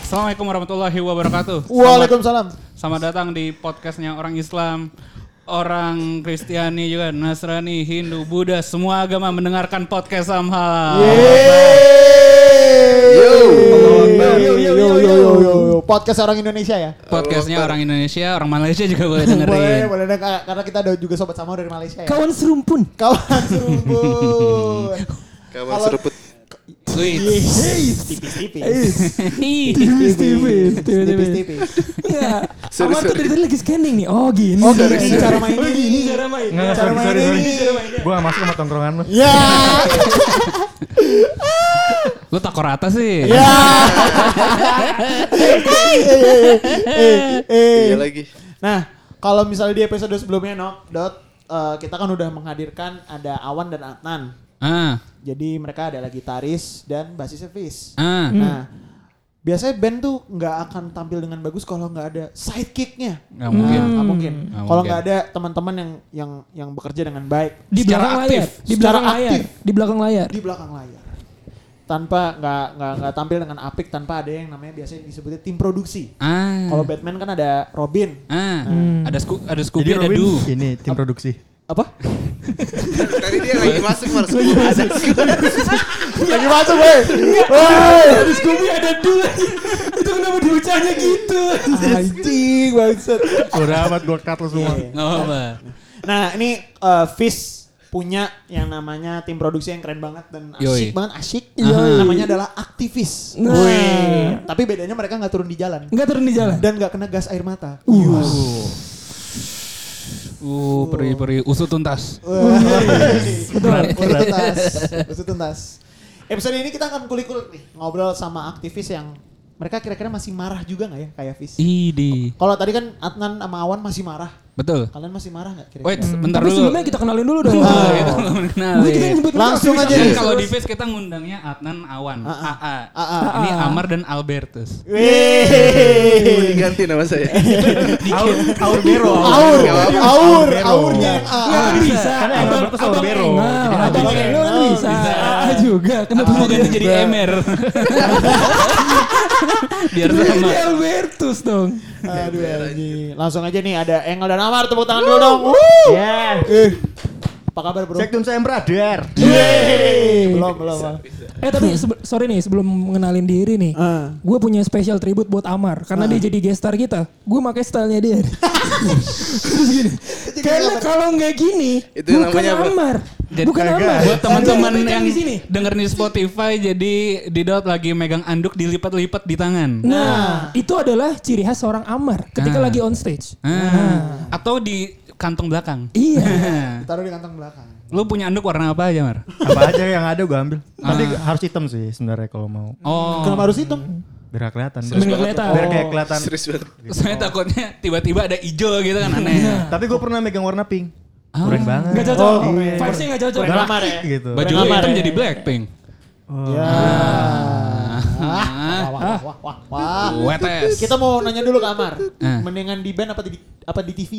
Assalamualaikum warahmatullahi wabarakatuh. Waalaikumsalam. Selamat datang di podcastnya orang Islam, orang Kristiani juga, Nasrani, Hindu, Buddha, semua agama mendengarkan podcast Samhal. Yo. Podcast orang Indonesia ya. Podcastnya orang Indonesia, orang Malaysia juga boleh dengerin. Boleh karena kita ada juga sobat Samhal dari Malaysia ya. Kawan serumpun. Kawan seruput. Tipis. Enggak. Amar tuh dari tadi lagi scanning nih. Oh gini. Cara main ini. Gue gak masuk sama tongkrongan lu. Ya. Lu takor atas sih. Ya. Iya lagi. Nah, kalau misalnya di episode sebelumnya kita kan udah menghadirkan ada Awan dan Adnan. Jadi mereka adalah gitaris dan basisnya Fish. Nah, biasanya band tuh nggak akan tampil dengan bagus kalau nggak ada sidekicknya. Nggak mungkin. Nggak mungkin. Kalau nggak ada teman-taman yang bekerja dengan baik. Di belakang layar. Di belakang layar. Tanpa nggak tampil dengan apik, tanpa ada yang namanya biasanya disebutnya tim produksi. Kalau Batman kan ada Robin. Ada Scooby, ada Du. Ini tim produksi. Apa? Tadi dia lagi masuk Lagi masuk, weh. Ada Scooby, ada Du. Itu kenapa diucapnya gitu? Anjing banget. Udah amat gue cut lo semua. Nggak apa-apa. Nah, ini Fish punya yang namanya tim produksi yang keren banget dan asyik. Namanya adalah Aktivis. Tapi bedanya mereka nggak turun di jalan. Dan nggak kena gas air mata. Peri usut tuntas. Usut tuntas. Episode ini kita akan kulik-kulik nih, ngobrol sama aktivis yang mereka kira-kira masih marah juga nggak ya kayak Fish? Kalau tadi kan Adnan sama Awan masih marah. Betul. Kalian masih marah nggak kira-kira? Wait, bentar Tapi dulu. sebelumnya kita kenalin dulu dong. Langsung aja Kan nih. kalau di Face kita ngundangnya Adnan, Awan, AA. Ini Amar dan Albertus. Mau diganti nama saya. Aur Bero. Aurnya Bisa. Karena Albertus Aur Bero. Abang Eno kan bisa. Juga. Kenapa Mau ganti jadi Emer. Biar sama. Albertus dong. Aduh anjing. Langsung aja nih ada Engel dan Amar, tepuk tangan dulu dong. Ya. Apa kabar bro? Sektum saya brother. Belum. Tapi sorry nih sebelum mengenalin diri nih. Gue punya special tribute buat Amar. Karena dia jadi guest star kita. Gue pakai stylenya dia. Terus gini. Karena kalau nggak gini. Itu bukan namanya apa? Amar. Bukan Amar. Buat teman-teman yang di sini. denger di Spotify, jadi Didot lagi megang anduk dilipat-lipat di tangan. Nah, itu adalah ciri khas seorang Amar ketika lagi on stage. Atau di kantong belakang. Iya. Taruh di kantong belakang. Lu punya anduk warna apa aja, Mar? Apa aja yang ada gue ambil. Tapi harus hitam sih sebenarnya kalau mau. Kenapa harus hitam? Biar kelihatan. Biar kayak kelihatan. Serius banget. Soalnya takutnya tiba-tiba ada hijau gitu kan aneh. Tapi gue pernah megang warna pink. Keren banget. Gak cocok. Vibes-nya gak cocok. Bukan Amar ya? Gitu. Baju lu hitam jadi Blackpink. Ya. Wah. Wetes. Kita mau nanya dulu ke Amar. Mendingan di band apa di TV?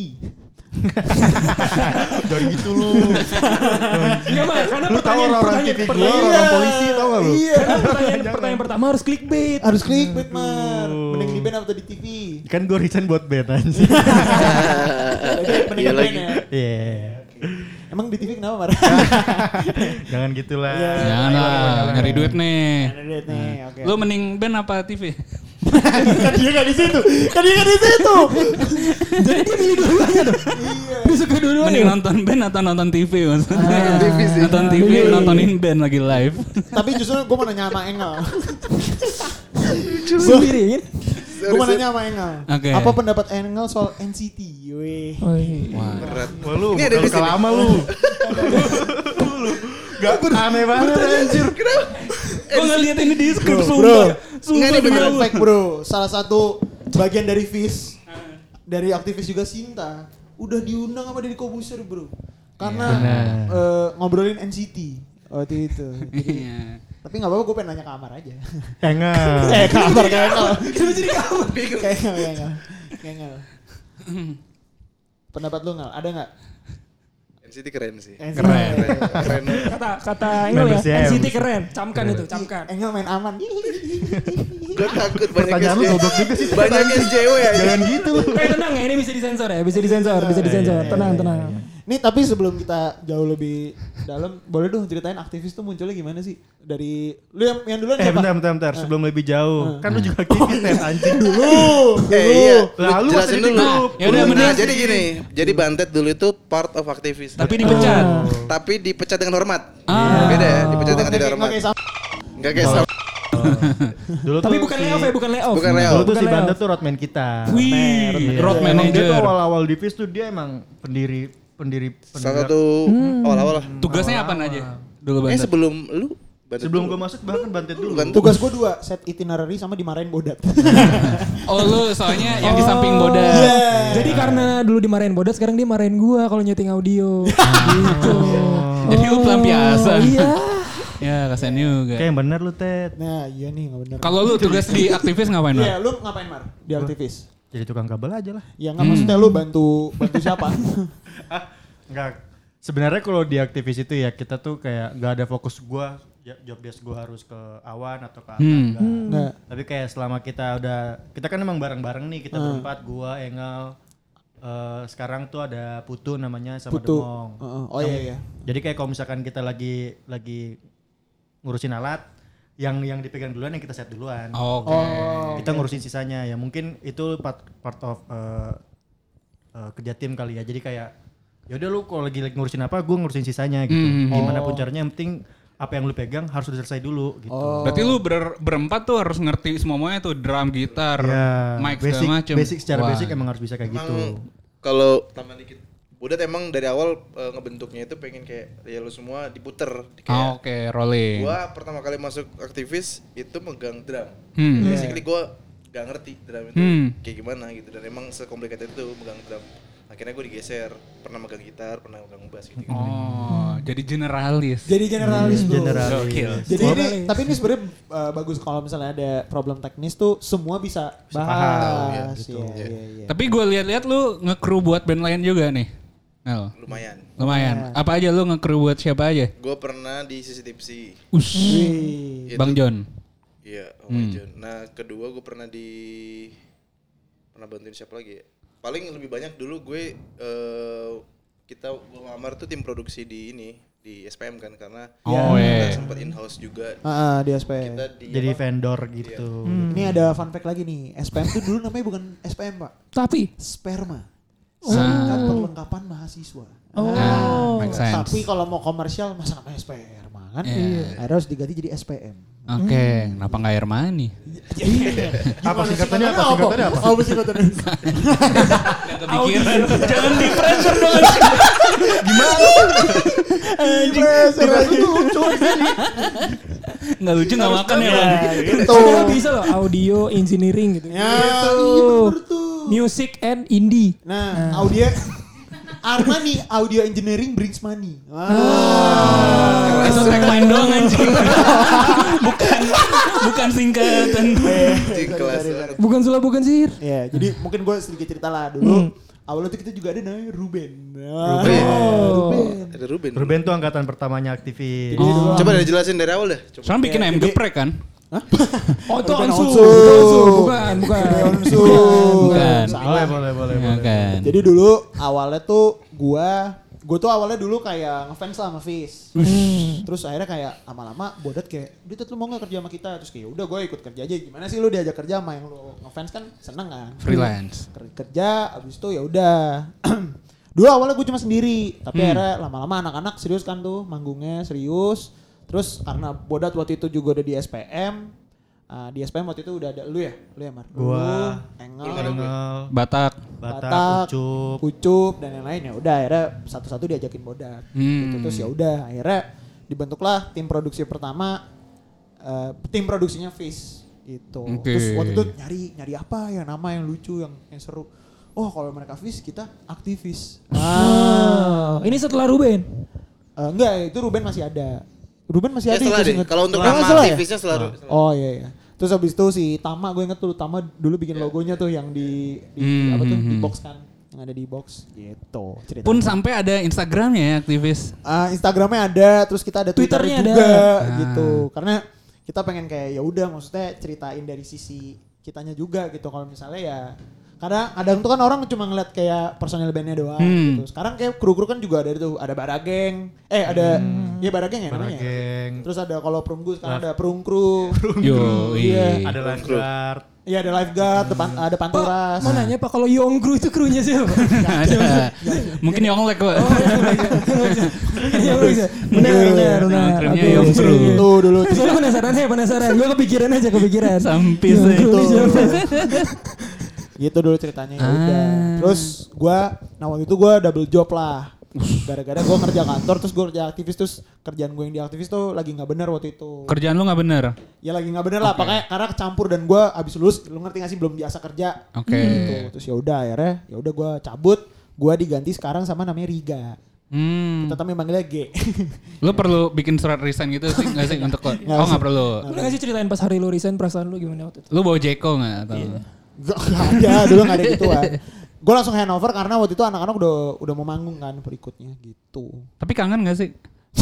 Jangan gitu lu. Enggak Mar, karena Lu tahu orang TV gue orang polisi tau gak lu? Iya. Pertanyaan pertama harus clickbait. Harus clickbait Mar. Mending di band apa di TV? Kan gue resign buat band anjir. Mending Iya di band lagi. ya. Iya. Emang di TV kenapa Mar? Jangan gitulah. Jangan lah, nyari duit nih. Ada duit nih, oke. Lu mending band apa TV? Kan dia gak di situ. Jadi dia milih dua-duanya tuh. Dia suka dua-duanya. Mending nonton band atau nonton TV maksudnya? TV sih. Nonton TV, nontonin band lagi live. Tapi justru gue mau nanya sama Engel. Sendiri kan? Gue mau nanya sama Engel. Oke. Apa pendapat Engel soal NCT? Weh. Berat. Wah lu, Ini ada di sini. lama lu. Gak aneh banget anjir. Gue ngeliat ini di skrip Bro. sumpah. Enggak, ini beneran Fun fact bro, salah satu bagian dari Fish, dari aktivis juga Sinta, udah diundang sama Deddy Kobuser bro. Karena ngobrolin NCT waktu itu. Jadi, tapi gak apa-apa gue pengen nanya ke Amar aja. Enggak. Kamar kayak Engel. Kenapa jadi kamu? Kayak Engel. Pendapat lu Ngel, ada gak? NCT keren sih. Keren. Keren. Kata Engel ya, Member CM. NCT keren. Camkan itu, camkan. Engel main aman. Gue takut banyak Pertanyaan lu goblok juga sih. Banyak SJW ya. Jangan gitu lu. Tenang ya, ini bisa disensor ya, bisa disensor. Tenang. Nih tapi sebelum kita jauh lebih dalam, boleh dong ceritain aktivis tuh munculnya gimana sih? Dari lu yang duluan siapa? Bentar. Sebelum lebih jauh. Kan lu juga aktivis Ted, anjing. Iya. Lalu Jelasin dulu. Ya udah Nah, jadi gini. Jadi Bantet dulu itu part of aktivis. Tapi dipecat. Tapi dipecat dengan hormat. Beda ya, dipecat dengan tidak hormat. Enggak kayak sama. Dulu Tapi tuh bukan si- layoff ya, bukan layoff. Bukan Dulu layoff. tuh si Bukan Bandet layoff. tuh roadman kita. Wih, road Emang dia tuh manager. awal-awal di FIS tuh dia emang pendiri Salah satu awal-awal lah. Tugasnya apa aja? Dulu Bantet. Sebelum lu Bantet Sebelum dulu. gue masuk bahkan Bantet dulu. Bukan. Tugas gue 2, set itinerary sama dimarahin Bodat. Oh lu soalnya yang di samping Bodas. Jadi karena dulu dimarahin Bodas, sekarang dia marahin gua kalau nyeting audio. Gitu. Jadi lu pelampiasan. Iya. Ya kasian juga. Kayak yang bener lu Ted. Nah iya nih gak bener. Kalau lu tugas di aktivis ngapain, Mar? Iya lu ngapain Mar? Di aktivis? Jadi tukang kabel aja lah. Ya nggak maksudnya lu bantu siapa? Enggak. Sebenarnya kalau di aktivis itu ya kita tuh kayak gak ada fokus gua job desk gua harus ke Awan atau ke Atta, enggak. Nggak. Tapi kayak selama kita kan emang bareng-bareng nih, kita berempat, gua, Engel, sekarang tuh ada Putu namanya sama Putu. Demong. Oh iya. Jadi kayak kalau misalkan kita lagi ngurusin alat, yang dipegang duluan yang kita set duluan. Oke. Kita ngurusin sisanya ya, mungkin itu part of kerja tim kali ya. Jadi kayak yaudah lu kalau lagi ngurusin apa, gue ngurusin sisanya gitu. Gimana pun caranya, yang penting apa yang lu pegang harus udah selesai dulu gitu. Berarti lu berempat tuh harus ngerti semuanya tuh, drum, gitar, Ya, mic segala macem. basic secara Wah. basic emang harus bisa kayak gitu. Kalau tambah dikit. Bodat emang dari awal ngebentuknya itu pengen kayak ya lu semua diputer. Kayak Oke, rolling. gua pertama kali masuk aktivis itu megang drum. Hmm. Basically gua gak ngerti drum itu kayak gimana gitu, dan emang sekomplikated itu megang drum. Akhirnya gue digeser, pernah megang gitar, pernah megang bass gitu. Oh, jadi generalis. Jadi generalis bro. Gokil. Jadi tapi ini sebenarnya bagus kalau misalnya ada problem teknis tuh semua bisa bahas. Iya. Tapi gue lihat-lihat lu nge-crew buat band lain juga nih. Nel. Lumayan. Apa aja lu nge-crew buat siapa aja? Gue pernah di Sisi Tipsy. Wih. Bang John. Iya, Bang John. Nah, kedua gue pernah bantuin siapa lagi ya? Paling lebih banyak dulu gue gue ngelamar tuh tim produksi di SPM kan, karena kita sempat in-house juga. Di SPM. Kita Jadi vendor gitu. Ini ada fun fact lagi nih. SPM tuh dulu namanya bukan SPM Pak. Tapi Sperma. Singkat perlengkapan mahasiswa. Make sense. Tapi kalau mau komersial masa namanya sperma kan? Akhirnya harus diganti jadi SPM. Oke, kenapa nggak Hermione? Apa singkatannya apa? Apa singkatannya? Nggak kepikiran. Jangan di pressure dong. Nggak lucu nggak makan ya Bang. sebenarnya bisa loh audio engineering gitu. Ya, iya bener tuh. Music and indie. Nah, Armani audio engineering brings money. Itu tagline doang anjing. bukan singkatan. kelas. Bukan sulap, bukan sihir. Ya, jadi mungkin gue sedikit cerita lah dulu. Awalnya tuh kita juga ada namanya Ruben. Ada Ruben. Ruben tuh angkatan pertamanya aktivis. Coba dijelasin dari awal dah. Coba. Soalnya bikin ayam geprek kan? Oh itu Ruben Onsu. Onsu. Bukan. Bukan. Salah. Boleh. Kan. Jadi dulu awalnya tuh gue tuh awalnya dulu kayak ngefans lah sama Fizz. Terus akhirnya kayak lama-lama Bodat kayak, "Dit, lu mau gak kerja sama kita?" Terus kayak udah gue ikut kerja aja. Gimana sih lu diajak kerja sama yang lu ngefans kan seneng kan? Freelance. Kerja abis itu ya udah. Dulu awalnya gue cuma sendiri, tapi akhirnya lama-lama anak-anak serius kan tuh manggungnya serius. Terus karena Bodat waktu itu juga udah di SPM. Di SPM waktu itu udah ada lu ya Mar. Gua, Engel, Batak. Batak, Ucup dan yang lain ya udah akhirnya satu-satu diajakin Bodat. Gitu. Terus ya udah akhirnya dibentuklah tim produksi pertama, tim produksinya Fizz gitu. Oke. Terus waktu itu nyari apa ya nama yang lucu yang seru. Oh kalau mereka Fizz kita aktivis. Ini setelah Ruben. Enggak, itu Ruben masih ada. Ya setelah deh. Kalau untuk nama salah ya? aktivisnya setelah. Oh iya. Terus habis itu si Tama, gue inget tuh Tama dulu bikin logonya tuh yang di apa tuh di box kan. yang ada di box gitu ceritanya. Pun sampai ada Instagramnya ya aktivis. Instagramnya ada, terus kita ada Twitternya juga ada. gitu. Karena kita pengen kayak ya udah maksudnya ceritain dari sisi kitanya juga gitu. Kalau misalnya ya kadang tuh kan orang cuma ngeliat kayak personil bandnya doang gitu. Sekarang kayak kru-kru kan juga ada tuh, ada Barageng. Ada iya Barageng ya namanya. Barageng. Terus ada kalau Perunggu sekarang ada Perungkru. Yo, iya. Ada lifeguard. Iya ada lifeguard, ada Panturas. Mau nanya Pak kalau Yonggru itu krunya siapa? Ada. Mungkin Yonglek kok. Benar. Krunya Oke. Yonggru. Itu dulu. Soalnya penasaran. Gue kepikiran. Sampis Yonggru itu. siapa? Gitu dulu ceritanya ya udah. Terus waktu itu gue double job lah. Gara-gara gue kerja kantor terus gue kerja aktivis terus kerjaan gue yang di aktivis tuh lagi nggak benar waktu itu. Kerjaan lu nggak bener? Ya lagi nggak benar lah, makanya karena kecampur dan gue abis lulus, lu ngerti gak sih belum biasa kerja. Oke. Gitu. Terus ya udah akhirnya ya udah gue cabut, gue diganti sekarang sama namanya Riga. Kita tapi manggilnya G. Lu perlu bikin surat resign gitu sih nggak sih untuk kok? Oh nggak perlu. Boleh gak sih ceritain pas hari lu resign perasaan lu gimana waktu itu? Lu bawa Jeko nggak? Atau? Gak ada, dulu gak ada gituan. Gue langsung handover karena waktu itu anak-anak udah mau manggung kan berikutnya gitu. Tapi kangen gak sih?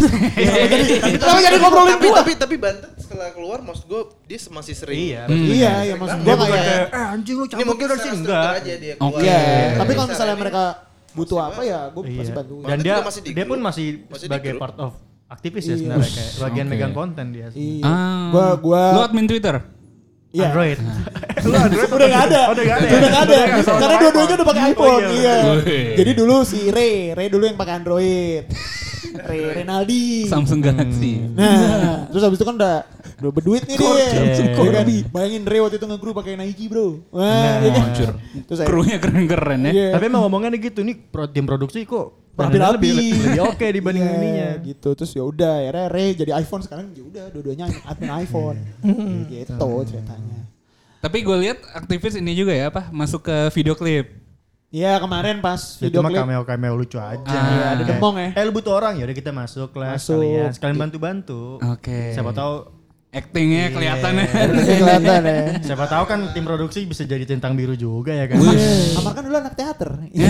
Jadi ngobrolin gue. Tapi Bantet setelah keluar maksud gue dia masih sering. Iya, maksud gue kayak Anjing lu ini cabut mungkin dari sini secara struktur enggak. aja dia keluar. Oke. tapi kalau misalnya mereka butuh apa ya gue pasti bantu. Dan Bantet dia juga masih di dia pun grup. masih Masih di sebagai grup. part of aktivis ya sebenarnya kayak bagian megang konten dia. Iya. Lu admin Twitter? Iya. Android. Udah gak ada. Udah gak ada. Karena dua-duanya udah pakai iPhone. Iya. Jadi dulu si Ray dulu yang pakai Android. Renaldi. Samsung Galaxy. Nah, terus habis itu kan udah berduit nih dia. Samsung Iya kan? Bayangin Ray waktu itu nge-group pakai Nike, Bro. Wah, iya kan? Hancur. Terus Krunya keren-keren ya. Iya. Tapi emang ngomongnya gitu nih tim produksi kok Rapi-rapi. lebih oke dibanding Iya, ininya. gitu. Terus ya udah akhirnya Ray jadi iPhone sekarang ya udah dua-duanya admin iPhone. Gitu ceritanya. Tapi gue lihat aktivis ini juga ya apa masuk ke video klip. Iya kemarin pas Itu video mah klip. cameo lucu aja. Iya, ada demong ya. Lu butuh orang ya udah kita masuk lah Masuk. sekalian bantu-bantu. Oke. Siapa tahu Actingnya kelihatan ya. Kelihatan ya. siapa tahu kan tim produksi bisa jadi centang biru juga ya kan. Amar kan dulu anak teater.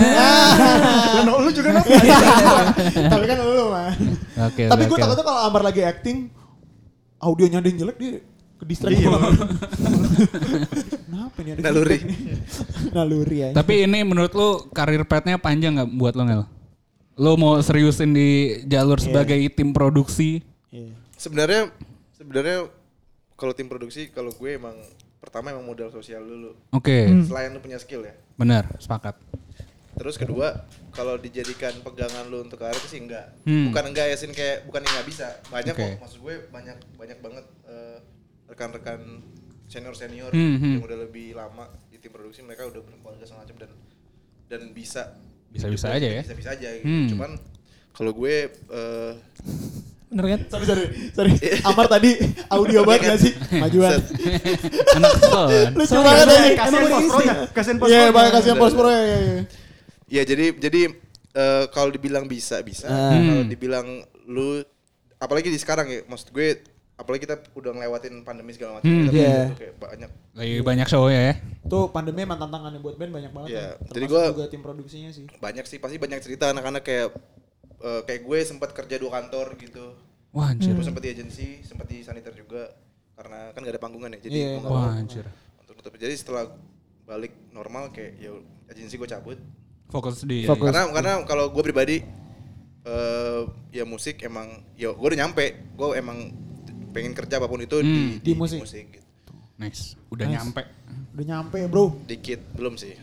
Lu juga nonton. Tapi kan lu mah. Oke. Tapi gue takutnya kalau Amar lagi acting, audionya ada yang jelek dia ke distract. Kenapa nih ada Naluri. Naluri ya. Tapi ini menurut lu karir petnya panjang nggak buat lo Ngel? Lo mau seriusin di jalur sebagai tim produksi? Sebenarnya kalau tim produksi kalau gue emang pertama emang modal sosial dulu. Oke. Selain lu punya skill ya. Benar, sepakat. Terus kedua, kalau dijadikan pegangan lu untuk karir sih enggak. Bukan enggak ya, Sin, kayak bukan yang enggak bisa. Banyak kok, maksud gue banyak banget rekan-rekan senior yang udah lebih lama di tim produksi, mereka udah berkeluarga segala macam dan bisa aja ya. Bisa aja gitu. Cuman kalau gue Bener kan? Sorry. Amar tadi audio banget gak sih? Majuan. Anak kesel. Lucu banget tadi. Kasihan pos pro ya. Kasihan pos pro. Iya, banyak kasihan pos pro ya. ya jadi kalau dibilang bisa. Kalau dibilang lu apalagi di sekarang ya, maksud gue apalagi kita udah ngelewatin pandemi segala macam kayak banyak. Lagi banyak show ya. Tuh pandemi emang tantangannya buat band banyak banget. Iya, Termasuk jadi gua- juga tim produksinya sih. Banyak sih, pasti banyak cerita anak-anak kayak gue sempat kerja 2 kantor gitu. Wah anjir. Gue sempat di agensi, sempat di saniter juga karena kan gak ada panggungan ya. Jadi Iya, gua nggak Wah mau anjir. untuk nutup. Jadi setelah balik normal kayak ya agensi gue cabut. Fokus di. Karena kalau gue pribadi ya musik emang ya gue udah nyampe. Gue emang pengen kerja apapun itu di musik gitu. Nice. Udah nyampe. Udah nyampe, Bro. Dikit belum sih.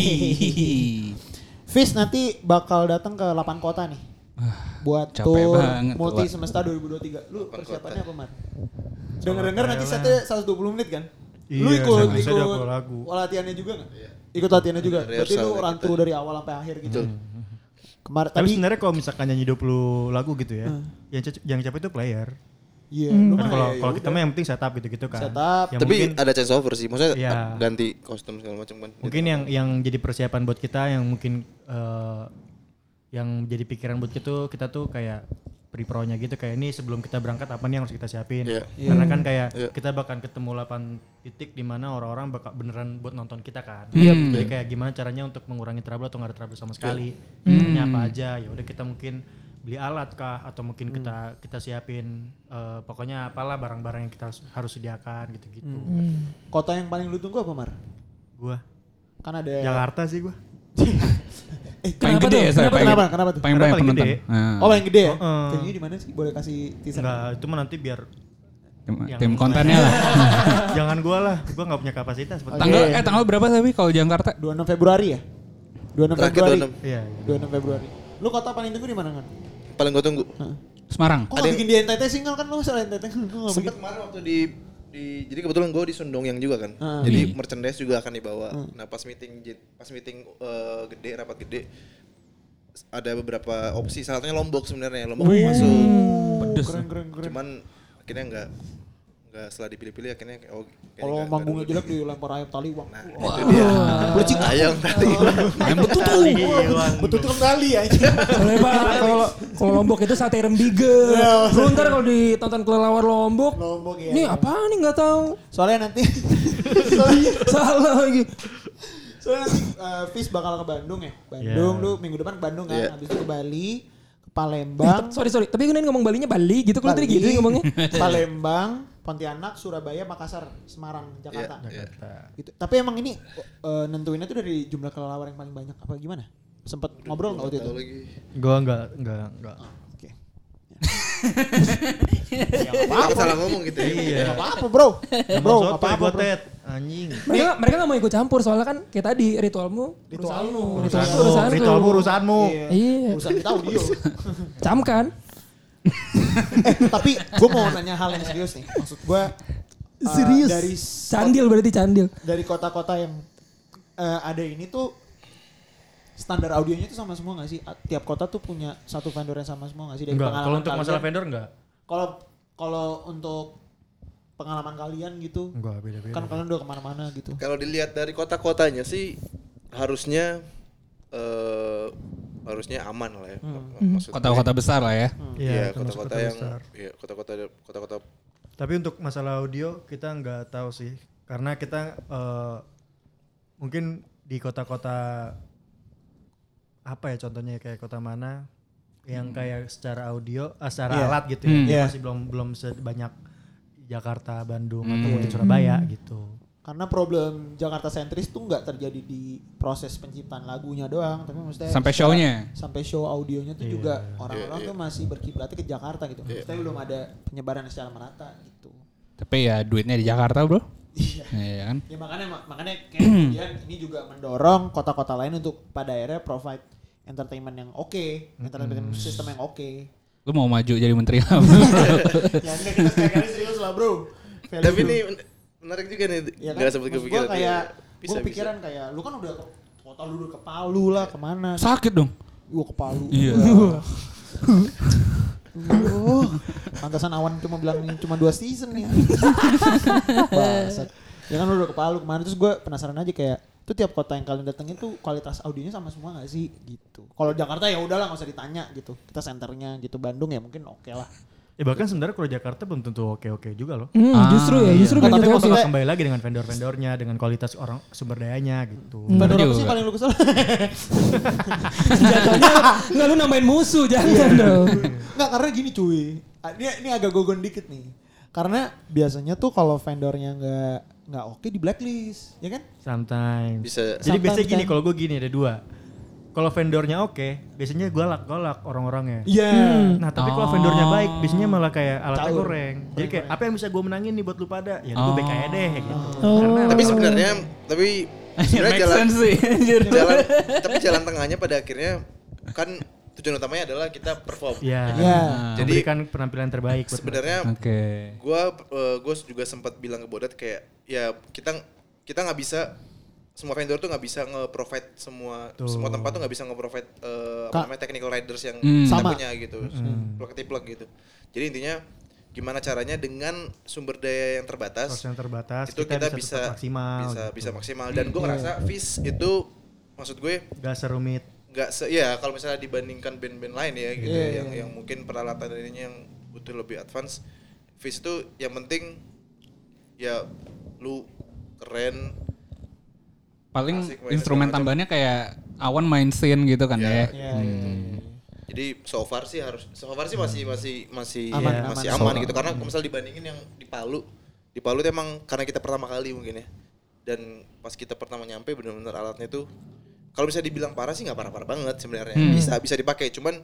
Fis nanti bakal datang ke 8 kota nih. Buat capek tour banget, Multi Wak. Semesta 2023. Lu 8 persiapannya kota. apa, Mar? Dengar-dengar nanti setnya 120 menit kan? Iya, Lu ikut saya 20 lagu. latihannya juga enggak? Ikut latihannya juga. Iya, Berarti lu rehearsal run kita. through dari awal sampai akhir gitu. Kemarin Tapi tadi sebenarnya kalau misalkan nyanyi 20 lagu gitu ya, yang capek itu player. iya, Kan lumayan. kalau kita mah yang penting setup gitu-gitu kan. Setup. Yang Tapi mungkin, ada change over sih, maksudnya Iya. ganti kostum segala macam kan. mungkin yang jadi persiapan buat kita yang mungkin yang jadi pikiran buat kita tuh kayak pre-pro-nya gitu kayak ini sebelum kita berangkat apa nih yang harus kita siapin. Karena kan kayak kita bakal ketemu 8 titik di mana orang-orang bakal beneran buat nonton kita kan. Jadi kayak gimana caranya untuk mengurangi trouble atau nggak ada trouble sama sekali. Caranya apa aja? Ya udah kita mungkin beli alat kah atau mungkin kita siapin pokoknya apalah barang-barang yang kita harus sediakan gitu-gitu. Kota yang paling lu tunggu apa, Mar? Gua Kan ada Jakarta sih gua. Paling gede ya saya. Kenapa tuh? Paling banyak penonton. gede. Oh, paling gede ya? Kayaknya di mana sih? Boleh kasih teaser? Enggak, itu mah nanti biar Tim kontennya lah. jangan gua lah, gua enggak punya kapasitas. Tanggal berapa tapi kalau Jakarta? 26 Februari ya? 26 Februari. 26. Iya. 26 Februari. Lu kota paling tunggu di mana kan? Paling gue tunggu. Semarang. Kok nggak bikin di NTT sih kan lu salah NTT. Sempet kemarin waktu di jadi kebetulan gue di Sundongyang juga kan. Jadi merchandise juga akan dibawa. Nah pas meeting gede, rapat gede, ada beberapa opsi. Salah satunya Lombok sebenarnya. Lombok masuk. Pedes. Keren. Cuman akhirnya enggak setelah dipilih-pilih akhirnya Kalau manggungnya jelek dilempar ayam taliwang. Nah, itu dia. Belicik Ayam taliwang. Ayam betutu. Betul kali ya. Soalnya Pak, kalau Lombok itu sate rembige. Lu ntar kalau ditonton kelelawar Lombok, ya. ini apa nih nggak tahu. Soalnya nanti Salah lagi. Soalnya nanti Fis bakal ke Bandung ya. Bandung lu minggu depan ke Bandung kan. Habis itu ke Bali, ke Palembang. Sorry. Tapi kan ngomong Balinya Bali gitu. Kalau tadi gitu ngomongnya. Palembang, Pontianak, Surabaya, Makassar, Semarang, Jakarta. Gitu. Tapi emang ini nentuinnya tuh dari jumlah kelelawar yang paling banyak apa gimana? Sempet ngobrol nggak waktu itu? Gua enggak. Oke. Apa salah ngomong gitu ya. Iya. Gak apa-apa bro. Bro, gak apa-apa gua bro. Tet. Anjing. Mereka nggak mau ikut campur soalnya kan kayak tadi ritualmu. Urusanmu. Iya. Urusan kita audio. Camkan. Tapi gue mau nanya hal yang serius nih. Maksud gue Serius. dari Candil berarti candil. dari kota-kota yang ada ini tuh standar audionya tuh sama semua gak sih? Tiap kota tuh punya satu vendor yang sama semua gak sih? Dari Enggak, pengalaman kalau untuk kalian, masalah vendor enggak. Kalau untuk pengalaman kalian gitu, Enggak, beda-beda. kan kalian udah kemana-mana gitu. Kalau dilihat dari kota-kotanya sih harusnya aman lah ya. Maksudnya, Kota-kota besar lah ya. Iya, termasuk kota-kota kota yang besar. iya, kota-kota Tapi untuk masalah audio kita nggak tahu sih, karena kita mungkin di kota-kota apa ya contohnya kayak kota mana yang kayak secara audio, secara alat gitu ya, dia masih belum sebanyak Jakarta, Bandung atau mungkin Surabaya gitu. Karena problem Jakarta sentris tuh nggak terjadi di proses penciptaan lagunya doang, tapi maksudnya Sampai show-nya. sampai show audionya tuh juga orang-orang tuh masih berkiblatnya ke Jakarta gitu. Maksudnya belum ada penyebaran secara merata gitu. Tapi ya duitnya di Jakarta bro. Iya. Iya kan. Ya makanya kayak kemudian ini juga mendorong kota-kota lain untuk pada akhirnya provide entertainment yang oke, entertainment system yang oke. Lu mau maju jadi menteri apa? Ya enggak kita sekali serius lah bro. Value Tapi bro. ini menarik juga nih. Ya Enggak kan? sempat Maksud kepikiran. gua kayak Bisa, gue kepikiran kayak lu kan udah ke kota lu udah ke Palu lah kemana? Sakit dong. Gua ke Palu. Iya. Pantasan Awan cuma bilang ini cuma 2 season ya. Bangsat. Ya kan lu udah ke Palu kemana terus gue penasaran aja kayak itu tiap kota yang kalian datengin tuh kualitas audionya sama semua gak sih gitu. Kalau Jakarta ya udahlah nggak usah ditanya gitu. Kita senternya gitu. Bandung ya mungkin oke lah. Ya bahkan sebenarnya kalau Jakarta belum tentu oke-oke juga loh. Justru Nggak, tapi banyak maksudnya- sih. Kembali lagi dengan vendor-vendornya, dengan kualitas orang sumber dayanya gitu. Bandung apa juga. sih paling lu kesel? Jatuhnya nggak lu nambahin musuh jangan dong. Nggak karena gini cuy. Ini agak gogon dikit nih. Karena biasanya tuh kalau vendornya nggak oke di blacklist, ya kan? Sometimes. Bisa. Jadi biasanya Sometimes gini, kan. kalau gue gini ada 2. Kalau vendornya oke, biasanya galak orang-orangnya. Iya. Nah tapi kalau vendornya baik, biasanya malah kayak alatnya Caur. goreng. Jadi kayak apa yang bisa gue menangin nih buat lu pada? Ya gue baik aja deh gitu. Tapi sebenarnya Make sense sih. anjir. tapi jalan tengahnya pada akhirnya kan tujuan utamanya adalah kita perform. Ya. Iya. Jadi Memberikan penampilan terbaik buat sebenarnya Oke. gue juga sempat bilang ke Bodat kayak ya kita nggak bisa, semua vendor tuh nggak bisa nge-provide semua tempat tuh nggak bisa nge-provide technical riders yang kita Sama. punya gitu, plug gitu. Jadi intinya gimana caranya dengan sumber daya yang terbatas, Source yang terbatas itu kita kita bisa tetap maksimal. bisa maksimal. Dan gue ngerasa Fizz itu maksud gue Gak serumit kalau misalnya dibandingkan band-band lain ya gitu yang mungkin peralatan ininya yang butuh lebih advance. Fish itu yang penting ya lu keren. Paling instrumen tambahannya kayak Awan main synth gitu kan ya. Jadi so far sih masih aman gitu karena kalau misal dibandingin yang di Palu itu emang karena kita pertama kali mungkin ya. Dan pas kita pertama nyampe benar-benar alatnya tuh kalau bisa dibilang parah sih nggak parah-parah banget sebenarnya. Bisa dipakai cuman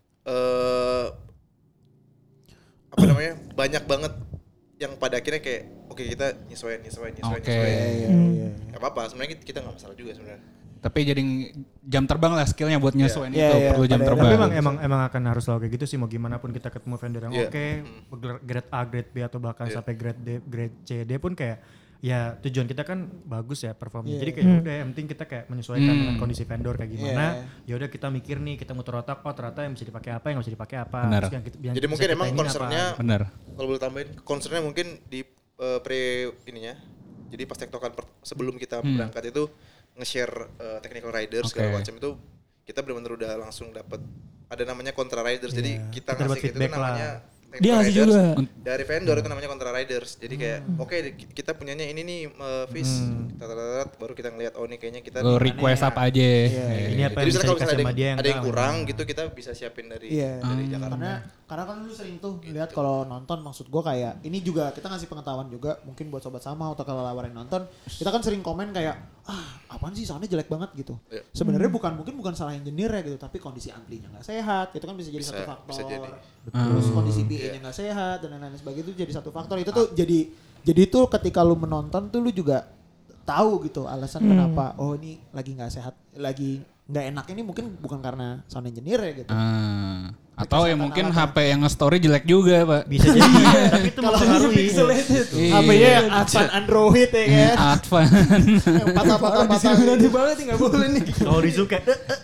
banyak banget yang pada akhirnya kayak oke, kita nyesuaiin. Gak apa-apa, sebenarnya kita nggak masalah juga sebenarnya. Tapi jadi jam terbang lah skillnya buat nyesuaiin itu perlu jam terbang. Tapi emang akan harus selalu kayak gitu sih, mau gimana pun kita ketemu vendor yang grade A, grade B atau bahkan sampai grade D, grade C, D pun kayak ya tujuan kita kan bagus ya performnya. Jadi kayak udah yang penting kita kayak menyesuaikan dengan kondisi vendor kayak gimana. Ya udah kita mikir nih, kita muter otak, ternyata yang bisa dipakai apa, yang nggak bisa dipakai apa. Jadi mungkin emang concernnya, kalau boleh tambahin, concernnya mungkin di ininya. Jadi pas tektokan sebelum kita berangkat itu nge-share technical riders segala macam itu kita benar-benar udah langsung dapat ada namanya contra riders. Jadi kita ngasih itu namanya dia ngasih juga dari vendor itu namanya contra riders. Jadi kayak oke, kita punyanya ini nih Fish, baru kita ngelihat ini kayaknya kita request apa aja. Ini apa yang bisa dikasih sama dia, ada yang kurang gitu kita bisa siapin dari Jakarta. Karena kan lu sering tuh lihat kalau nonton, maksud gue kayak ini juga kita ngasih pengetahuan juga mungkin buat sobat sama atau kalau lawan yang nonton, kita kan sering komen kayak apaan sih soundnya jelek banget gitu. Sebenarnya bukan salah engineer ya gitu, tapi kondisi amplinya nggak sehat itu kan bisa jadi satu faktor. Terus kondisi PA-nya nggak sehat dan lain-lain sebagainya itu jadi satu faktor. Itu tuh jadi tuh ketika lu menonton tuh lu juga tahu gitu alasan kenapa ini lagi nggak sehat, lagi nggak enak ini mungkin bukan karena sound engineer ya gitu. Atau ya mungkin HP yang nge-story jelek juga, Pak. Bisa jadi, tapi itu mempengaruhi. HP-nya yang Advan Android ya kan. Advan. Patah-patah nanti banget nggak boleh nih. Kalau Rizuka.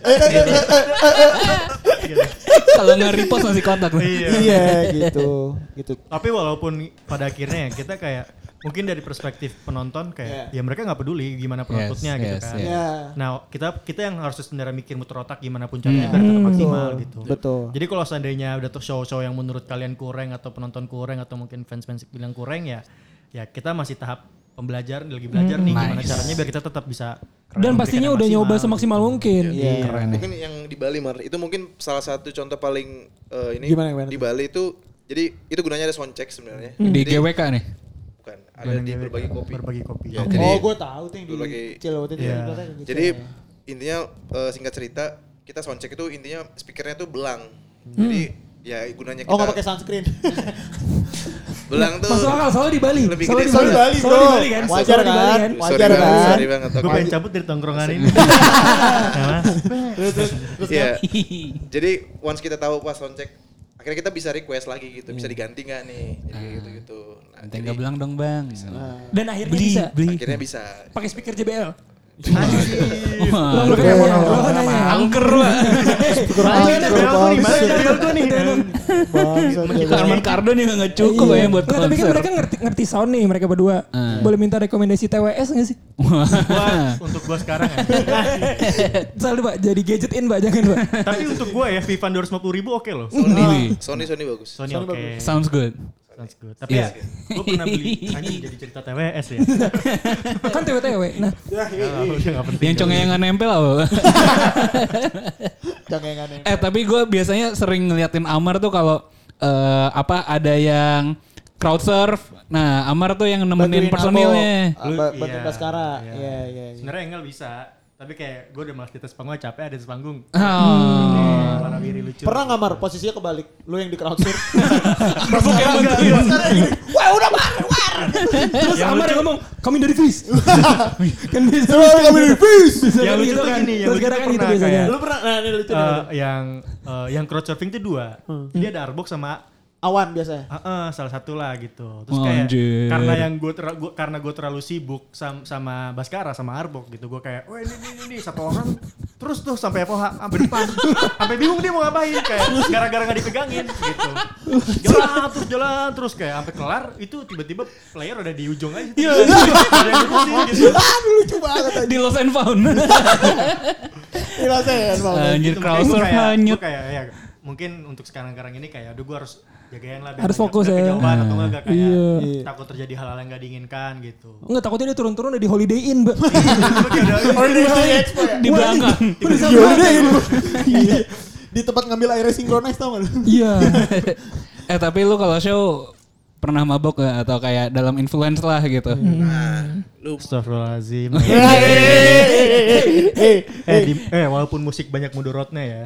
Kalau nge-repost masih kontak. Iya gitu. Tapi walaupun pada akhirnya kita kayak mungkin dari perspektif penonton kayak ya mereka nggak peduli gimana penontonnya gitu kan. Nah kita yang harus sebenarnya mikir muter otak gimana pun caranya biar tetap maksimal gitu. Betul. Jadi kalau seandainya udah tuh show-show yang menurut kalian kurang atau penonton kurang atau mungkin fans bilang kurang ya kita masih tahap pembelajaran, lagi belajar nih gimana caranya biar kita tetap bisa. Dan pastinya udah nyoba semaksimal mungkin. Keren. Mungkin yang di Bali itu mungkin salah satu contoh paling gimana? Di Bali itu jadi itu gunanya ada sound check sebenarnya. Di GWK nih. Ada di berbagi kopi. Ya, gue tahu tuh yang di Cilewut itu. Jadi intinya singkat cerita kita soundcheck itu intinya speakernya tuh belang. Jadi ya gunanya kita. Nggak pakai sunscreen. Belang tuh. Masuk akal soalnya di Bali. Soalnya di Bali bro. Wajar kan? Sorry banget. Gue pengen cabut dari tongkrongan ini. Iya. Jadi once kita tahu pas soundcheck, akhirnya kita bisa request lagi gitu, bisa diganti nggak nih, jadi gitu. Nah, tinggal bilang dong bang. Dan akhirnya bisa. Akhirnya bisa. Pakai speaker JBL. Angker lah. Arman Kardon juga nggak cukup ya buat konser. Tapi kan mereka ngerti sound nih mereka berdua. Boleh minta rekomendasi TWS nggak sih? Untuk gua sekarang ya. Selalu Pak jadi gadgetin Pak, jangan Pak. Tapi untuk gua ya Vivan 250.000 oke loh. Sony bagus. Sony oke. Sounds good. Tapi ya, gue pernah beli anjing jadi cerita TWS ya. Kan TW. Nah, yang congengan nempel apa? Tapi gue biasanya sering ngeliatin Amar tuh kalau ada yang crowd surf. Nah, Amar tuh yang nemenin personilnya. Bantuin Baskara. Iya. Sebenarnya Engel bisa. Tapi kayak gue udah malas di atas panggung, capek ada di atas panggung. Warawiri lucu. Pernah nggak Mar? Posisinya kebalik. Lu yang di crowd surf. Masuk yang bantuin. Wah udah Mar. Terus Amar yang ngomong, kami dari Fish. Kan bisa. Kami dari Fish. Yang lucu tuh gini, yang lucu tuh pernah kayak. Lu pernah? Nah ini lucu. Yang crowd surfing tuh 2. Jadi ada Arbok sama Awan biasanya. Salah satu lah gitu. Terus kayak karena yang gue terlalu sibuk sama Baskara sama Arbok gitu, gue kayak, wah ini satu orang terus tuh sampai FOH sampai depan, sampai bingung dia mau ngapain kayak gara-gara nggak dipegangin gitu. Jalan terus kayak sampai kelar itu tiba-tiba player udah di ujung aja. Iya. Ada yang ngurusin gitu. Lucu banget aja. Di Lost and Found. Di Lost and Found. Anjir Krauser hanyut. Kayak ya mungkin untuk sekarang ini kayak aduh gue harus jagain lah harus fokus ya. Kejauhan atau enggak kayak takut terjadi hal-hal yang gak diinginkan gitu. Enggak, takutnya dia turun-turun udah di Holiday Inn, Mbak. Holiday Expo ya? Di belakang. Holiday Inn. Di tempat ngambil airnya sinkronis tau gak lu? Iya. Tapi lu kalau show pernah mabok gak? Atau kayak dalam influence lah gitu? Lu Astagfirullahaladzim. Walaupun musik banyak mudorotnya ya.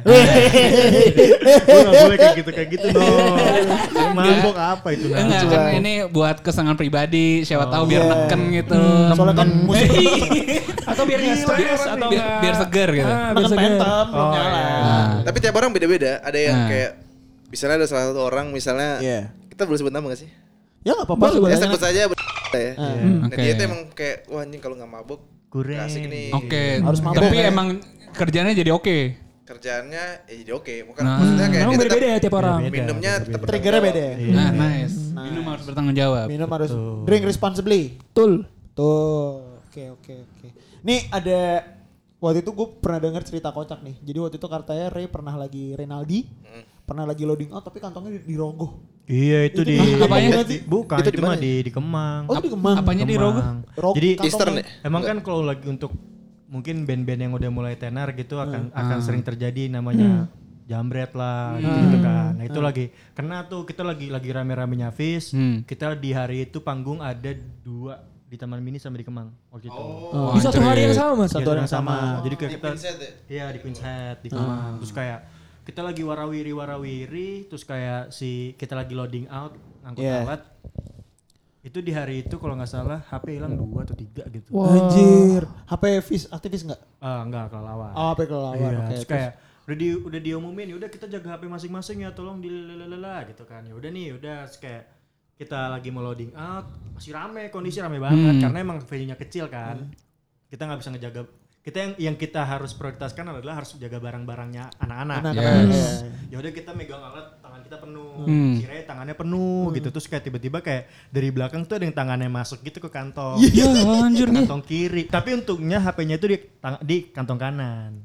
Gue gak boleh kayak gitu no. Mabok apa itu? Enggak, kan ini buat kesenangan pribadi. Siapa tahu biar neken gitu. Soalnya kan musik Atau biar nggak stres atau biar seger gitu. makan pentem belum nyala. Tapi tiap orang beda-beda. Ada yang kayak misalnya ada salah satu orang misalnya kita boleh sebut nama gak sih? Ya gak apa-apa. Ya sebut saja ya. Nah dia tuh emang kayak wah anjing kalau gak mabuk asik nih. Oke. Harus mabuk. Tapi emang kerjanya jadi oke. Kerjaannya jadi oke. Bukan maksudnya kayak emang beda-beda ya tiap orang. minumnya tetap Triggernya beda ya. Nah, nice. Minum harus bertanggung jawab. Minum harus drink responsibly. Betul. Tuh. Oke. Nih ada waktu itu gue pernah dengar cerita kocak nih. Jadi waktu itu katanya Ray pernah lagi Renaldi, pernah lagi loading out tapi kantongnya dirogoh. Iya itu di apanya? Bukan itu mah di Kemang. Oh di Kemang. Apanya dirogoh? Jadi Eastern ya? emang kan kalau lagi untuk mungkin band-band yang udah mulai tenar gitu akan sering terjadi namanya jambret lah gitu kan. Nah itu lagi kena tuh kita lagi rame-ramenya Fis. Kita di hari itu panggung ada 2 di Taman Mini sama di Kemang waktu itu. Di satu hari yang sama. Satu hari yang sama. Jadi kayak Di kita Pinset ya? iya di Queenset di Kemang. Terus kayak kita lagi warawiri terus kayak kita lagi loading out angkut alat. Itu di hari itu kalau nggak salah HP hilang 2 atau 3 gitu. Wah. Anjir. HP aktivis enggak? Enggak kelelawar. Oh, HP kelelawar. Iya, Oke. terus kayak udah diumumin, udah kita jaga HP masing-masing ya, tolong dilelela gitu kan. Ya udah nih, terus kayak kita lagi mau loading out, masih rame, kondisi rame banget karena emang venue-nya kecil kan. Kita nggak bisa ngejaga. Kita yang kita harus prioritaskan adalah harus jaga barang-barangnya anak-anak. Ya udah kita megang alat, tangan kita penuh, kira tangannya penuh gitu. Terus kayak tiba-tiba kayak dari belakang tuh ada yang tangannya masuk gitu ke kantong. Iya anjir nih. Kantong kiri. Tapi untungnya HP-nya itu di kantong kanan.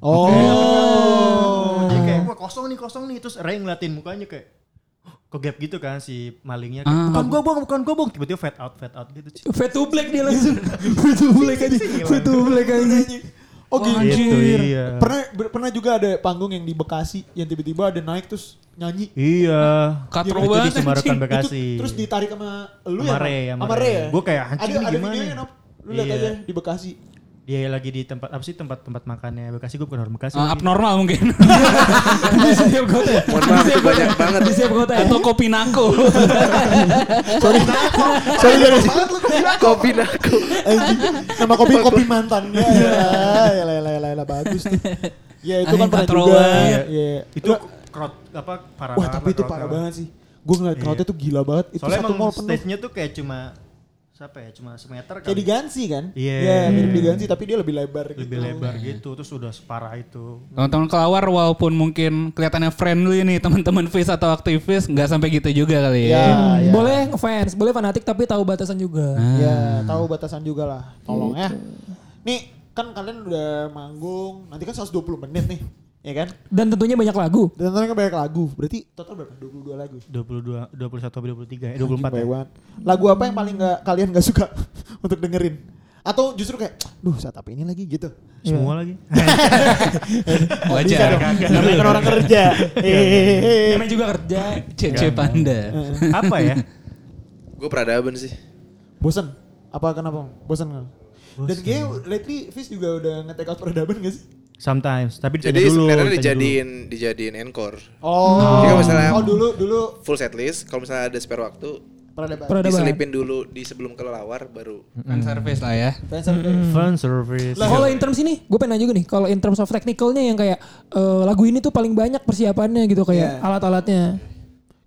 Oh. Jadi kayak wah kosong nih. Terus Ray ngeliatin mukanya kayak kok gap gitu kan si malingnya kayak, bukan gua bong tiba-tiba fade out gitu. Fade to black dia langsung. Fade to black aja. Oh gitu. Iya. Pernah juga ada panggung yang di Bekasi yang tiba-tiba ada naik terus nyanyi. Iya. Katro Itu di banget Sumarakan anjing. Bekasi. Terus ditarik sama lu Sama ya? Ray, Sama Ray ya? Gue kayak anjing Ada ini gimana videonya ya? Nop. Lu lihat Iya. aja di Bekasi. Dia lagi di tempat apa sih tempat makannya Bekasi, gue bukan orang Bekasi. Abnormal mungkin. Di setiap kota ya. Mohon maaf tuh banyak banget. Di setiap kota ya. Atau kopi nako. Sorry. Kopi naku. Nama kopi mantannya. Ya bagus tuh. Ya itu kan pernah katro juga. banget. Iya. Itu crowd apa parah Wah banget. tapi itu crowd parah apa. banget sih. Gue ngeliat crowdnya tuh gila banget. Itu Soalnya satu mall emang penuh. stage-nya tuh kayak cuma cuma semeter Kayak kali. diganti kan? Iya. Ya mirip diganti tapi dia lebih lebar gitu. Lebih lebar gitu, terus udah separah itu. Teman-teman kelawar walaupun mungkin kelihatannya friendly nih teman-teman Fis atau aktivis nggak sampai gitu juga kali ya. Ya. Boleh ngefans, boleh fanatik tapi tahu batasan juga. Ya tahu batasan juga lah. Tolong ya. Nih kan kalian udah manggung. Nanti kan 120 menit nih. Ya kan? Dan tentunya banyak lagu. Dan tentunya banyak lagu. Berarti total berapa? 22 lagu. 21 atau 23 24 Banyak ya. banget. Lagu apa yang paling kalian gak suka untuk dengerin? Atau justru kayak, duh saat apa ini lagi gitu. Semua lagi. Wajar. Namanya kan orang kerja. Namanya juga kerja. Cece Panda. Apa ya? Gue peradaban sih. Bosen? Apa kenapa? Bosen kan? Dan kayaknya lately Fis juga udah nge-take out peradaban gak sih? Sometimes, tapi Jadi dulu. sebenarnya ditanya dulu. dijadiin encore. Oh. Jadi kalau misalnya dulu full setlist, kalau misalnya ada spare waktu peradaban. diselipin dulu di sebelum kelelawar baru. Kan service lah ya. Fun service. Kalau in terms ini, gue pengen nanya juga nih, kalau in terms of technicalnya yang kayak lagu ini tuh paling banyak persiapannya gitu kayak alat-alatnya.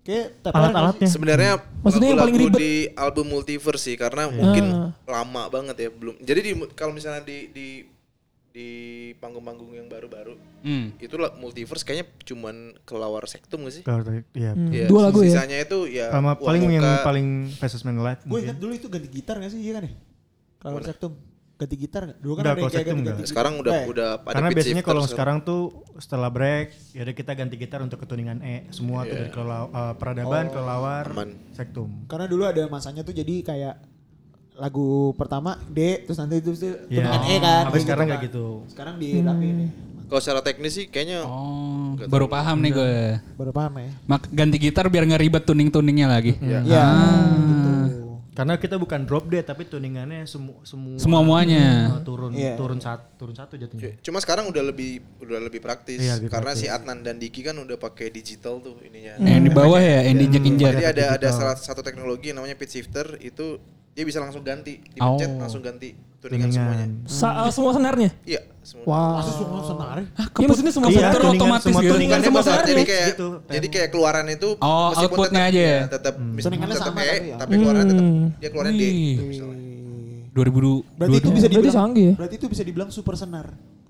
Kayak alat-alatnya. Sebenarnya Maksudnya yang paling lagu-lagu ribet di album Multiverse sih karena mungkin lama banget ya belum. Jadi kalau misalnya di panggung-panggung yang baru-baru itu Multiverse kayaknya cuman Kelawar Sektum gak sih? Iya. 2 lagu ya. Sisanya itu ya Sama paling Muka. yang paling Faces Man Alive. Gue ingat dulu itu ganti gitar gak sih? Iya kan ya? Kalau Sektum ganti gitar gak? Dulu kan Enggak, ada yang kalau kayak Sektum ganti. Sekarang udah pada Karena pitch biasanya shifter kalau sekarang tuh setelah break ya udah kita ganti gitar untuk ketuningan E semua tuh dari peradaban, kelelawar, Sektum. Karena dulu ada masanya tuh jadi kayak lagu pertama D terus nanti itu tuningan E kan. Tapi sekarang nggak gitu. Sekarang dirapiin nih. kalau secara teknis sih kayaknya Baru paham nih gue. Baru paham ya? Ganti gitar biar nggak ribet tuning-tuningnya lagi. Iya. Gitu. Karena kita bukan drop D tapi tuningannya Semuanya. turun satu jatuhnya. cuma sekarang udah lebih praktis Iya, karena si Adnan dan Diki kan udah pakai digital tuh ininya. Yang di bawah ya, yang diinjak-injak. Jadi ada salah satu teknologi yang namanya pitch shifter itu dia bisa langsung ganti, dipencet langsung ganti tuningan semuanya. Semua senarnya. Iya, semua. Wow. Masih semua senar. Iya maksudnya semua Iya, filter tuningan otomatis semua gitu. Tuningannya Semua besar, senarnya. jadi kayak keluaran itu meskipun outputnya tetap, aja ya? tetap Tuningannya tetap sama E, tapi ya. tapi keluarannya tetap dia keluarannya D Wih. gitu misalnya. 2002. Berarti itu bisa Berarti dibilang canggih ya? Berarti itu bisa dibilang super senar.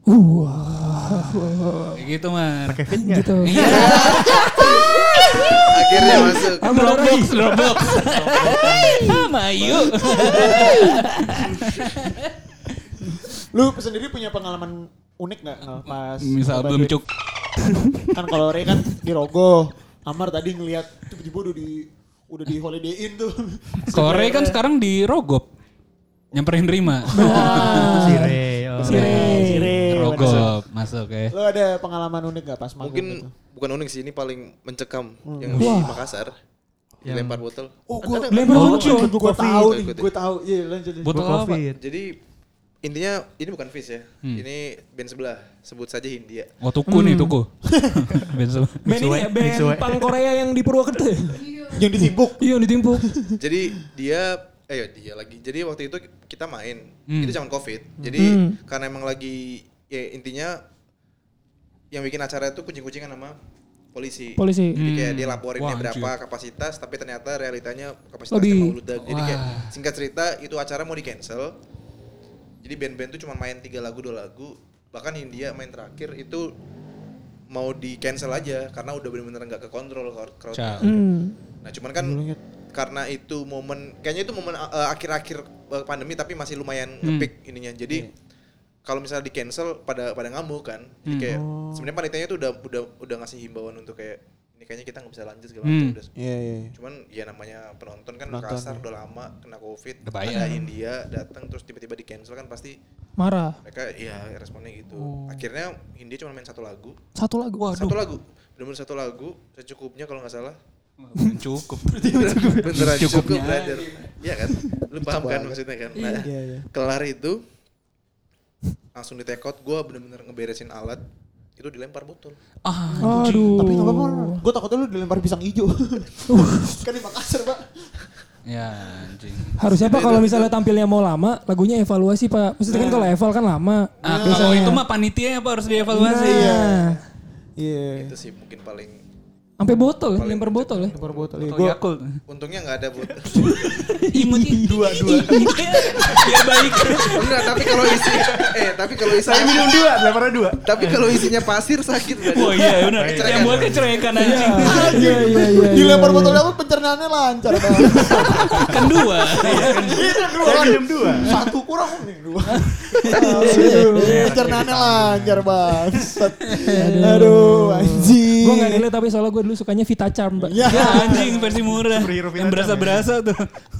Kayak gitu mah. Pakai fit nggak? Gitu. Akhirnya masuk. Dropbox. Mayu. Lu sendiri punya pengalaman unik nggak pas Misal coba belum duit? cuk. Kan kalau Ray kan di Rogo, Amar tadi ngelihat tiba-tiba udah di holiday-in tuh. Korea kan sekarang di Rogop. Nyamperin Rima. Si Ray. Si Ray. Rogop masuk ya. Lu ada pengalaman unik gak pas manggung Mungkin gitu? bukan unik sih, ini paling mencekam yang di Makassar. Dilempar botol. Oh, gue tahu. Iya, lanjut. Botol apa? Jadi intinya ini bukan Fizz ya. Ini band sebelah, sebut saja Hindia. Oh tuku nih tuku. Bensu. Band ini ya, band punk Korea yang di Purwokerto ya? Yang ditimpuk. Iya ditimpuk. Jadi dia lagi. Jadi waktu itu kita main. Itu zaman Covid. Jadi karena emang lagi ya intinya yang bikin acara itu kucing-kucingan sama polisi. Jadi kayak dia laporinnya berapa kapasitas tapi ternyata realitanya kapasitasnya mau ludak. Jadi kayak singkat cerita itu acara mau di-cancel. Jadi band-band tuh cuma main 3 lagu 2 lagu. Bahkan Hindia main terakhir itu mau di-cancel aja karena udah benar-benar enggak kekontrol crowd-nya. Nah, cuman kan karena itu kayaknya itu momen akhir-akhir pandemi tapi masih lumayan nge-peak ininya. Jadi kalau misalnya di cancel pada ngamuk kan. Jadi kayak sebenarnya panitianya tuh udah ngasih himbauan untuk kayak ini kayaknya kita nggak bisa lanjut segala macam. Iya. Cuman ya namanya penonton kan Makassar udah lama kena Covid. Kebayang. Ada India datang terus tiba-tiba di cancel kan pasti Marah. mereka ya responnya gitu. Akhirnya India cuma main 1 lagu. Satu lagu. Waduh. 1 lagu. Benar-benar 1 lagu secukupnya kalau nggak salah. Cukup. Beneran cukup brother. Iya kan? Lu paham kan maksudnya kan? Nah, kelar itu langsung di take out, gue bener-bener ngeberesin alat itu dilempar botol. Aduh. Tapi gak apa-apa. Gue takutnya lu dilempar pisang hijau. Kan di Makassar, Pak. Ya anjing. Harusnya Pak kalau misalnya tampilnya mau lama, lagunya evaluasi Pak. Maksudnya kan kalau eval kan lama. Kalau itu mah panitia apa harus dievaluasi. Iya. Itu sih mungkin paling Sampai botol, lempar botol ya. Lempar botol. Gue Yakult. untungnya nggak ada botol. Imut dua. Biar baik. Enggak, tapi kalau isinya Saya minum 2, lemparan 2. tapi kalau isinya pasir sakit brother. Oh iya benar. Yang buat kecerekan anjing. Iya. Dilempar botol apa pencernaannya lancar, Bang. Kan 2. Saya minum 2. 1 kurang nih 2. Pencernaannya lancar, Bang. Aduh, anjing. Gue gak nilai tapi soalnya gue dulu sukanya Vita Charm Pak. Ya. Ya anjing versi murah. Yang berasa-berasa tuh.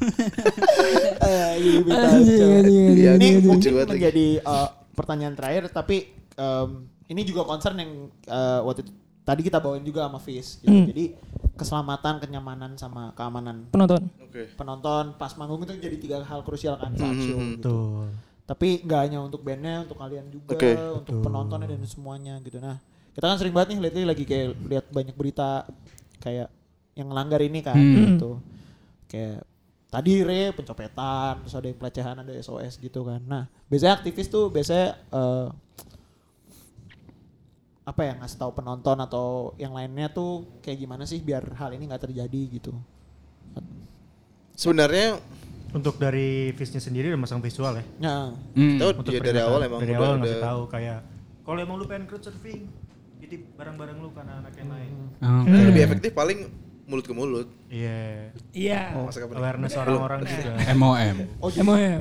Ini mungkin lucu banget lagi. menjadi pertanyaan terakhir, tapi ini juga concern yang waktu itu tadi kita bawain juga sama Fizz. Gitu. Jadi keselamatan, kenyamanan, sama keamanan penonton pas manggung itu jadi 3 hal krusial kan saat show. Gitu. Tapi nggak hanya untuk bandnya, untuk kalian juga, untuk penontonnya dan semuanya gitu. Nah, kita kan sering banget nih lately lagi kayak lihat banyak berita kayak yang ngelanggar ini kan gitu. Kayak tadi pencopetan, terus ada yang pelecehan, ada SOS gitu kan. Nah, biasanya aktivis tuh apa ya ngasih tahu penonton atau yang lainnya tuh kayak gimana sih biar hal ini nggak terjadi gitu. Sebenarnya untuk dari Fish-nya sendiri udah masang visual ya. Tahu dia dari awal emang dari awal ngasih udah tahu kayak kalau emang lu pengen crowd surfing, titip barang-barang lu karena anak yang lain. lebih efektif paling mulut ke mulut. Iya. Iya. Awareness orang-orang juga. MOM. MOM.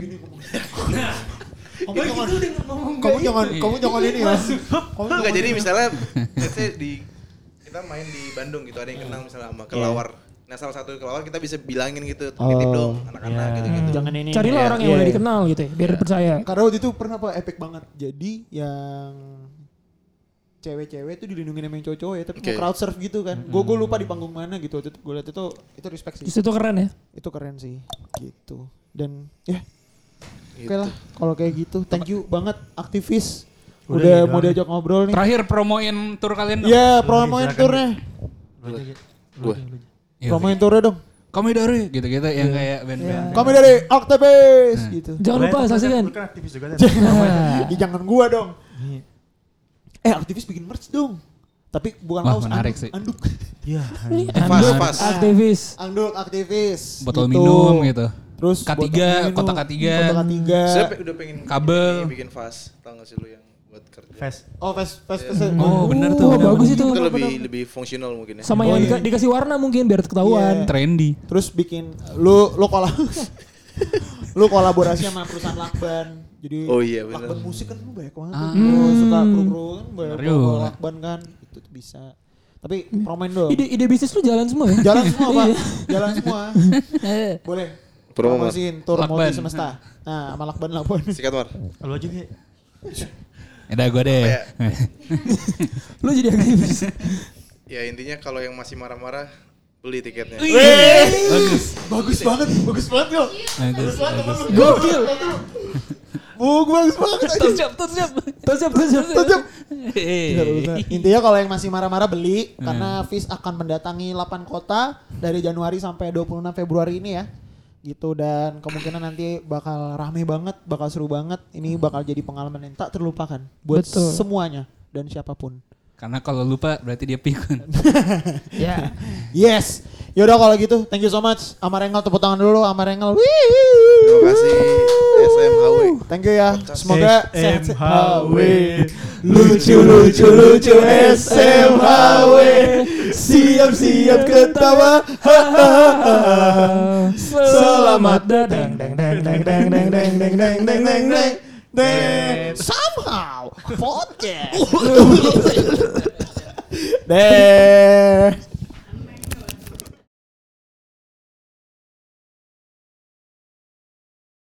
Kamu jangan ini ya. Enggak jadi misalnya let's say kita main di Bandung gitu ada yang kenal misalnya sama kelawar. Nah salah satu kelawar kita bisa bilangin gitu titip dong anak-anak gitu-gitu. Jangan ini. Carilah orang yang udah dikenal gitu ya, biar percaya. Karena waktu itu pernah epic banget. Jadi yang cewek-cewek tuh dilindungi sama yang cowok-cowok ya, tapi mau crowd surf gitu kan. Gue lupa di panggung mana gitu. Waktu itu gue liat itu respect sih. Itu keren ya. Itu keren sih gitu. Dan ya oke lah kalau kayak gitu. Thank you banget aktivis. Udah mau diajak ngobrol nih. Terakhir promoin tour kalian dong. Iya, promoin turnya. Gue. Promoin turnya dong. Kami dari gitu-gitu yang kayak band-band. Kami dari aktivis gitu. Jangan lupa saksikan. Lu kan aktivis juga kan. Jangan gua dong. Aktivis bikin merch dong. Tapi bukan kaos, menarik sih. anduk. Iya. Pas. Aktivis. Anduk aktivis. Botol gitu. minum gitu. Terus K3, kotak K3. Saya udah pengen kabel. bikin vas. Tahu enggak sih lu yang buat kerja? Fast. Oh, fast. Oh, benar tuh. Oh, bagus itu. Itu lebih fungsional mungkin ya. Sama yang dikasih warna mungkin biar ketahuan. Trendy. Terus bikin lu kolaborasi sama perusahaan lakban. Jadi lakban musik kan lu banyak banget. Suka kru-kru kan banyak lakban kan. Itu bisa. Tapi promoin dong. Ide bisnis lu jalan semua ya? Jalan semua, Pak. Jalan semua. Boleh. Promosiin tur multi semesta. Nah, sama lakban. Sikat Mar. Lu aja Ge. Udah gue deh. Lu jadi aktivis. Ya intinya kalau yang masih marah-marah beli tiketnya. Bagus banget yo. Bagus. Gokil. Bagus banget. Tosjap. Intinya kalau yang masih marah-marah beli karena Fish akan mendatangi 8 kota dari Januari sampai 26 Februari ini ya. Gitu dan kemungkinan nanti bakal rame banget, bakal seru banget. Ini bakal jadi pengalaman yang tak terlupakan buat semuanya dan siapapun. Karena kalau lupa berarti dia pikun. Ya. Yes. Yaudah kalau gitu, thank you so much. Amar Engel, tepuk tangan dulu Amar Engel. Terima kasih SMHW. Thank you ya. Semoga SMHW. Lucu SMHW. Siap ketawa. Selamat datang. Somehow podcast.